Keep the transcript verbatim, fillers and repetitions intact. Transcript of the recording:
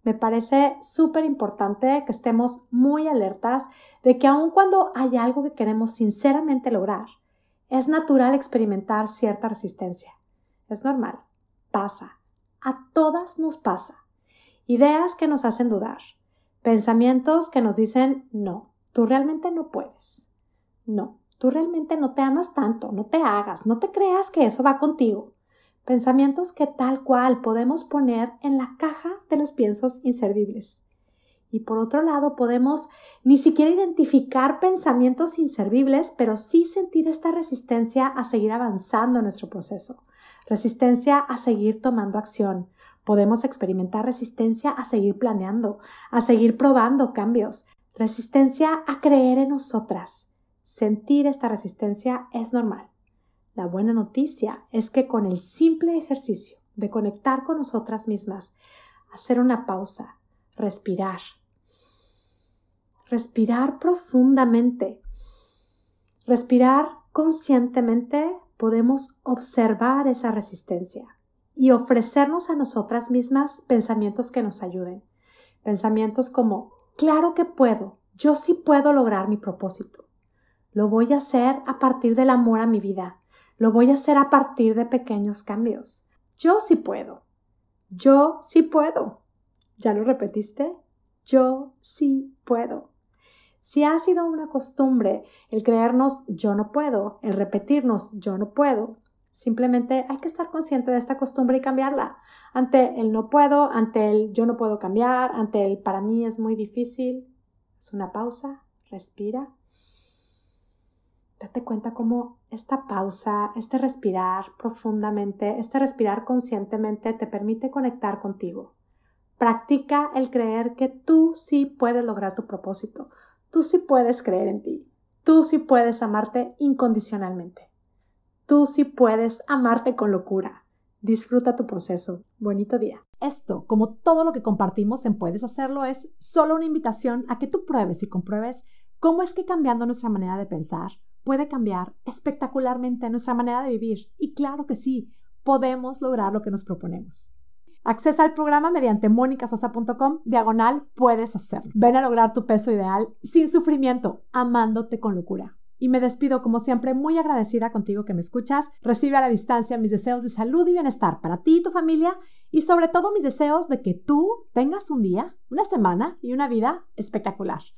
Me parece súper importante que estemos muy alertas de que aun cuando hay algo que queremos sinceramente lograr, es natural experimentar cierta resistencia. Es normal, pasa, a todas nos pasa. Ideas que nos hacen dudar, pensamientos que nos dicen no, tú realmente no puedes, no, tú realmente no te amas tanto, no te hagas, no te creas que eso va contigo. Pensamientos que tal cual podemos poner en la caja de los piensos inservibles. Y por otro lado podemos ni siquiera identificar pensamientos inservibles, pero sí sentir esta resistencia a seguir avanzando en nuestro proceso. Resistencia a seguir tomando acción. Podemos experimentar resistencia a seguir planeando, a seguir probando cambios. Resistencia a creer en nosotras. Sentir esta resistencia es normal. La buena noticia es que con el simple ejercicio de conectar con nosotras mismas, hacer una pausa, respirar, respirar profundamente, respirar conscientemente, podemos observar esa resistencia y ofrecernos a nosotras mismas pensamientos que nos ayuden. Pensamientos como, claro que puedo, yo sí puedo lograr mi propósito. Lo voy a hacer a partir del amor a mi vida. Lo voy a hacer a partir de pequeños cambios. Yo sí puedo. Yo sí puedo. ¿Ya lo repetiste? Yo sí puedo. Si ha sido una costumbre el creernos yo no puedo, el repetirnos yo no puedo, simplemente hay que estar consciente de esta costumbre y cambiarla. Ante el no puedo, ante el yo no puedo cambiar, ante el para mí es muy difícil, es una pausa, respira. Date cuenta cómo esta pausa, este respirar profundamente, este respirar conscientemente te permite conectar contigo. Practica el creer que tú sí puedes lograr tu propósito. Tú sí puedes creer en ti. Tú sí puedes amarte incondicionalmente. Tú sí puedes amarte con locura. Disfruta tu proceso. Bonito día. Esto, como todo lo que compartimos en Puedes Hacerlo, es solo una invitación a que tú pruebes y compruebes cómo es que cambiando nuestra manera de pensar puede cambiar espectacularmente nuestra manera de vivir. Y claro que sí, podemos lograr lo que nos proponemos. Accesa al programa mediante monicasosa punto com, diagonal Puedes Hacerlo. Ven a lograr tu peso ideal sin sufrimiento, amándote con locura. Y me despido como siempre muy agradecida contigo que me escuchas. Recibe a la distancia mis deseos de salud y bienestar para ti y tu familia y sobre todo mis deseos de que tú tengas un día, una semana y una vida espectacular.